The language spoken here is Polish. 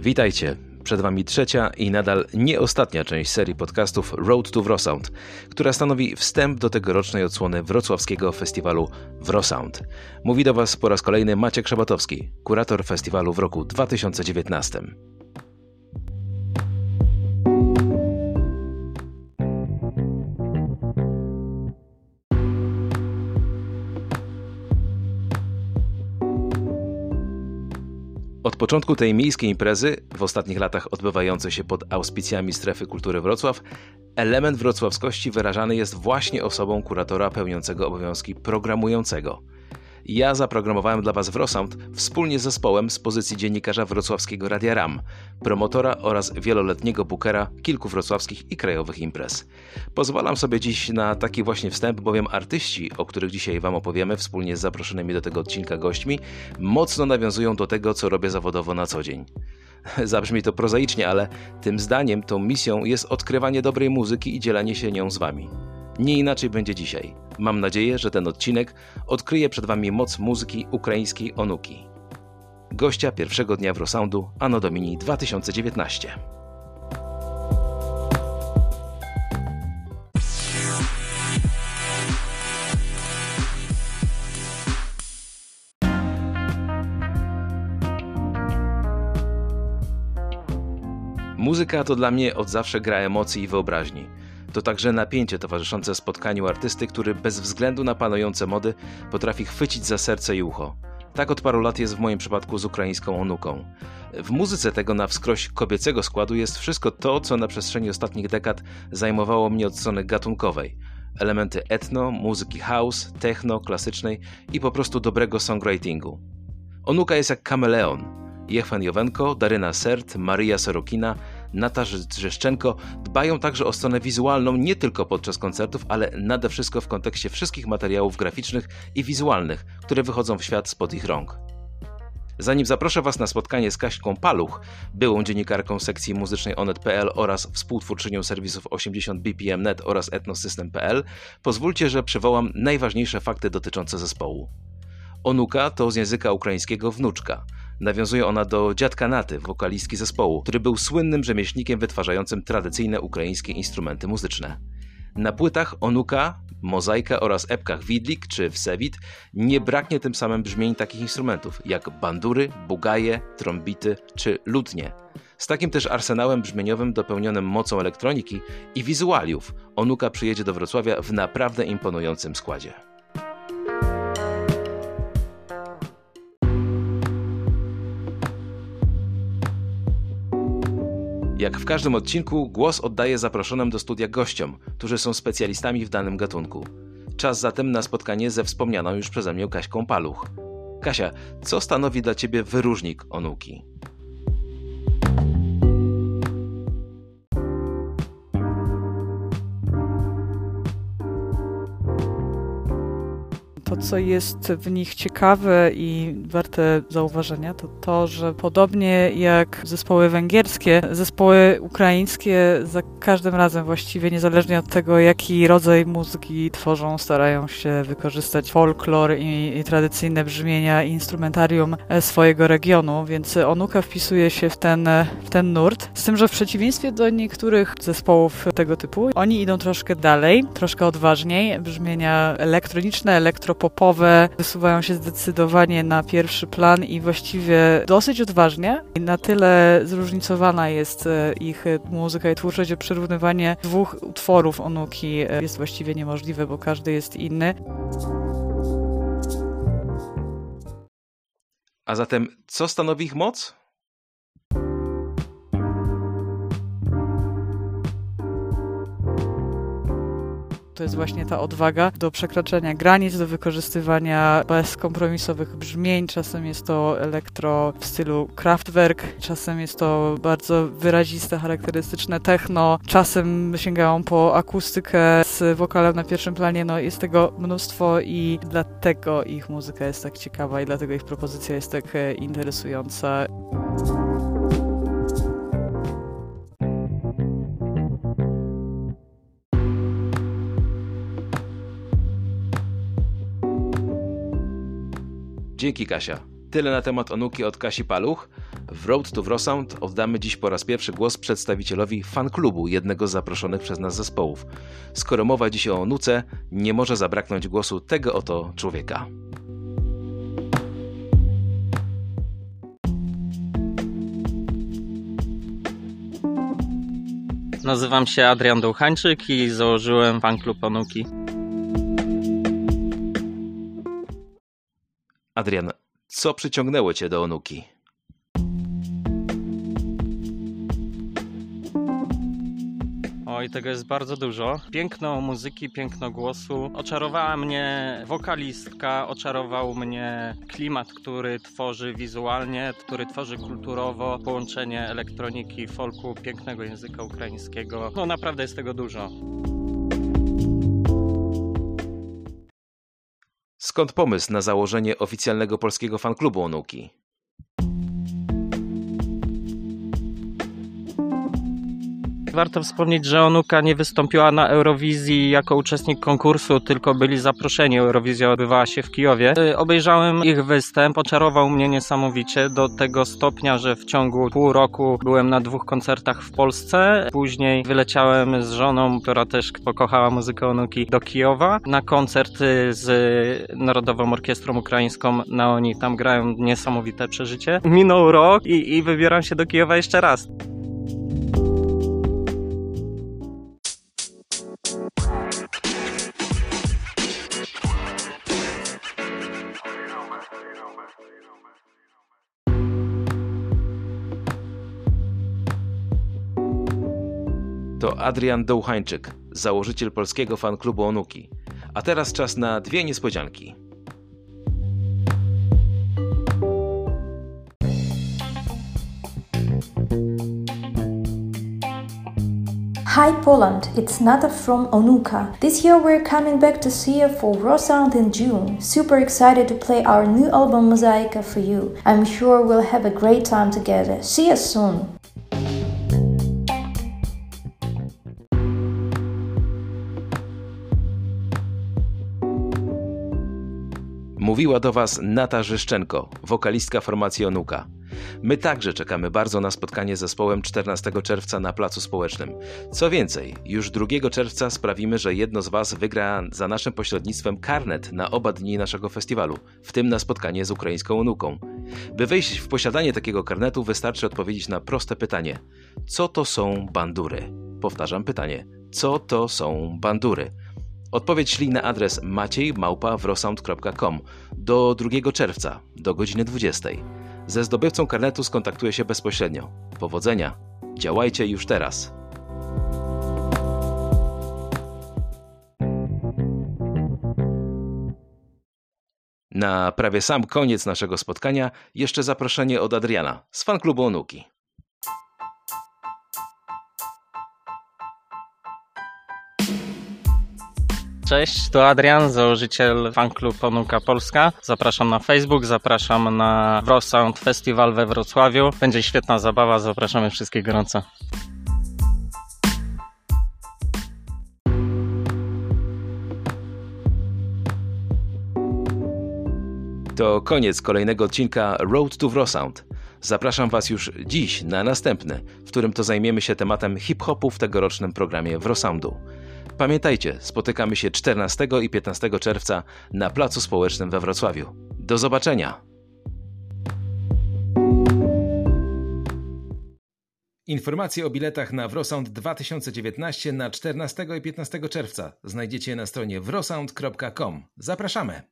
Witajcie, przed Wami trzecia i nadal nie ostatnia część serii podcastów Road to Wrosound, która stanowi wstęp do tegorocznej odsłony wrocławskiego festiwalu Wrosound. Mówi do Was po raz kolejny Maciek Szabatowski, kurator festiwalu w roku 2019. Od początku tej miejskiej imprezy, w ostatnich latach odbywającej się pod auspicjami Strefy Kultury Wrocław, element wrocławskości wyrażany jest właśnie osobą kuratora pełniącego obowiązki programującego. Ja zaprogramowałem dla Was Wrosound wspólnie z zespołem z pozycji dziennikarza wrocławskiego Radia RAM, promotora oraz wieloletniego bookera kilku wrocławskich i krajowych imprez. Pozwalam sobie dziś na taki właśnie wstęp, bowiem artyści, o których dzisiaj Wam opowiemy wspólnie z zaproszonymi do tego odcinka gośćmi, mocno nawiązują do tego, co robię zawodowo na co dzień. Zabrzmi to prozaicznie, ale tym zdaniem, tą misją jest odkrywanie dobrej muzyki i dzielenie się nią z Wami. Nie inaczej będzie dzisiaj. Mam nadzieję, że ten odcinek odkryje przed Wami moc muzyki ukraińskiej Onuki. Gościa pierwszego dnia Wrosoundu Anno Domini 2019. Muzyka to dla mnie od zawsze gra emocji i wyobraźni. To także napięcie towarzyszące spotkaniu artysty, który bez względu na panujące mody potrafi chwycić za serce i ucho. Tak od paru lat jest w moim przypadku z ukraińską Onuką. W muzyce tego na wskroś kobiecego składu jest wszystko to, co na przestrzeni ostatnich dekad zajmowało mnie od strony gatunkowej. Elementy etno, muzyki house, techno, klasycznej i po prostu dobrego songwritingu. Onuka jest jak kameleon. Jechwen Jowenko, Daryna Sert, Maria Sorokina, Natasza Drzeszczenko dbają także o stronę wizualną nie tylko podczas koncertów, ale nade wszystko w kontekście wszystkich materiałów graficznych i wizualnych, które wychodzą w świat spod ich rąk. Zanim zaproszę Was na spotkanie z Kaśką Paluch, byłą dziennikarką sekcji muzycznej Onet.pl oraz współtwórczynią serwisów 80bpm.net oraz etnosystem.pl, pozwólcie, że przywołam najważniejsze fakty dotyczące zespołu. Onuka to z języka ukraińskiego wnuczka. Nawiązuje ona do dziadka Naty, wokalistki zespołu, który był słynnym rzemieślnikiem wytwarzającym tradycyjne ukraińskie instrumenty muzyczne. Na płytach Onuka, Mozaika oraz epkach Widlik czy Wsewit nie braknie tym samym brzmień takich instrumentów jak bandury, bugaje, trąbity czy lutnie. Z takim też arsenałem brzmieniowym dopełnionym mocą elektroniki i wizualiów Onuka przyjedzie do Wrocławia w naprawdę imponującym składzie. Jak w każdym odcinku, głos oddaję zaproszonym do studia gościom, którzy są specjalistami w danym gatunku. Czas zatem na spotkanie ze wspomnianą już przeze mnie Kaśką Paluch. Kasia, co stanowi dla Ciebie wyróżnik Onuki? To, co jest w nich ciekawe i warte zauważenia, to to, że podobnie jak zespoły węgierskie, zespoły ukraińskie za każdym razem właściwie, niezależnie od tego, jaki rodzaj muzyki tworzą, starają się wykorzystać folklor i tradycyjne brzmienia i instrumentarium swojego regionu, więc Onuka wpisuje się w ten nurt. Z tym, że w przeciwieństwie do niektórych zespołów tego typu, oni idą troszkę dalej, troszkę odważniej. Brzmienia elektroniczne, popowe wysuwają się zdecydowanie na pierwszy plan i właściwie dosyć odważnie. Na tyle zróżnicowana jest ich muzyka i twórczość, że przyrównywanie dwóch utworów Onuki jest właściwie niemożliwe, bo każdy jest inny. A zatem, co stanowi ich moc? To jest właśnie ta odwaga do przekraczania granic, do wykorzystywania bezkompromisowych brzmień. Czasem jest to elektro w stylu Kraftwerk, czasem jest to bardzo wyraziste, charakterystyczne techno, czasem sięgają po akustykę z wokalem na pierwszym planie. No, jest tego mnóstwo i dlatego ich muzyka jest tak ciekawa i dlatego ich propozycja jest tak interesująca. Dzięki, Kasia. Tyle na temat Onuki od Kasi Paluch. W Road to Wrosound oddamy dziś po raz pierwszy głos przedstawicielowi fanklubu jednego z zaproszonych przez nas zespołów. Skoro mowa dziś o Onuce, nie może zabraknąć głosu tego oto człowieka. Nazywam się Adrian Dołchańczyk i założyłem fanklub Onuki. Adrian, co przyciągnęło Cię do Onuki? Oj, tego jest bardzo dużo. Piękno muzyki, piękno głosu. Oczarowała mnie wokalistka, oczarował mnie klimat, który tworzy wizualnie, który tworzy kulturowo, połączenie elektroniki, folku, pięknego języka ukraińskiego. No naprawdę jest tego dużo. Skąd pomysł na założenie oficjalnego polskiego fanklubu Onuki? Warto wspomnieć, że Onuka nie wystąpiła na Eurowizji jako uczestnik konkursu, tylko byli zaproszeni. Eurowizja odbywała się w Kijowie. Obejrzałem ich występ, oczarował mnie niesamowicie do tego stopnia, że w ciągu pół roku byłem na 2 koncertach w Polsce. Później wyleciałem z żoną, która też pokochała muzykę Onuki, do Kijowa na koncert z Narodową Orkiestrą Ukraińską na Oni. Tam grają niesamowite przeżycie. Minął rok i wybieram się do Kijowa jeszcze raz. To Adrian Dołchańczyk, założyciel polskiego fanklubu Onuki. A teraz czas na 2 niespodzianki. Hi Poland, it's Nata from Onuka. This year we're coming back to see you for Wrosound in June. Super excited to play our new album Mozaika for you. I'm sure we'll have a great time together. See you soon! Mówiła do Was Nata Żyszczenko, wokalistka formacji Onuka. My także czekamy bardzo na spotkanie z zespołem 14 czerwca na Placu Społecznym. Co więcej, już 2 czerwca sprawimy, że jedno z Was wygra za naszym pośrednictwem karnet na oba dni naszego festiwalu, w tym na spotkanie z ukraińską Onuką. By wejść w posiadanie takiego karnetu, wystarczy odpowiedzieć na proste pytanie. Co to są bandury? Powtarzam pytanie. Co to są bandury? Odpowiedź ślij na adres maciej@wrosound.com do 2 czerwca, do godziny 20. Ze zdobywcą karnetu skontaktuję się bezpośrednio. Powodzenia! Działajcie już teraz! Na prawie sam koniec naszego spotkania jeszcze zaproszenie od Adriana z fanklubu Onuki. Cześć, to Adrian, założyciel fanklub Onuka Polska. Zapraszam na Facebook, zapraszam na Wrosound Festiwal we Wrocławiu. Będzie świetna zabawa, zapraszamy wszystkich gorąco. To koniec kolejnego odcinka Road to Wrosound. Zapraszam Was już dziś na następny, w którym to zajmiemy się tematem hip-hopu w tegorocznym programie Wrosoundu. Pamiętajcie, spotykamy się 14 i 15 czerwca na Placu Społecznym we Wrocławiu. Do zobaczenia! Informacje o biletach na Wrosound 2019 na 14 i 15 czerwca znajdziecie na stronie wrosound.com. Zapraszamy!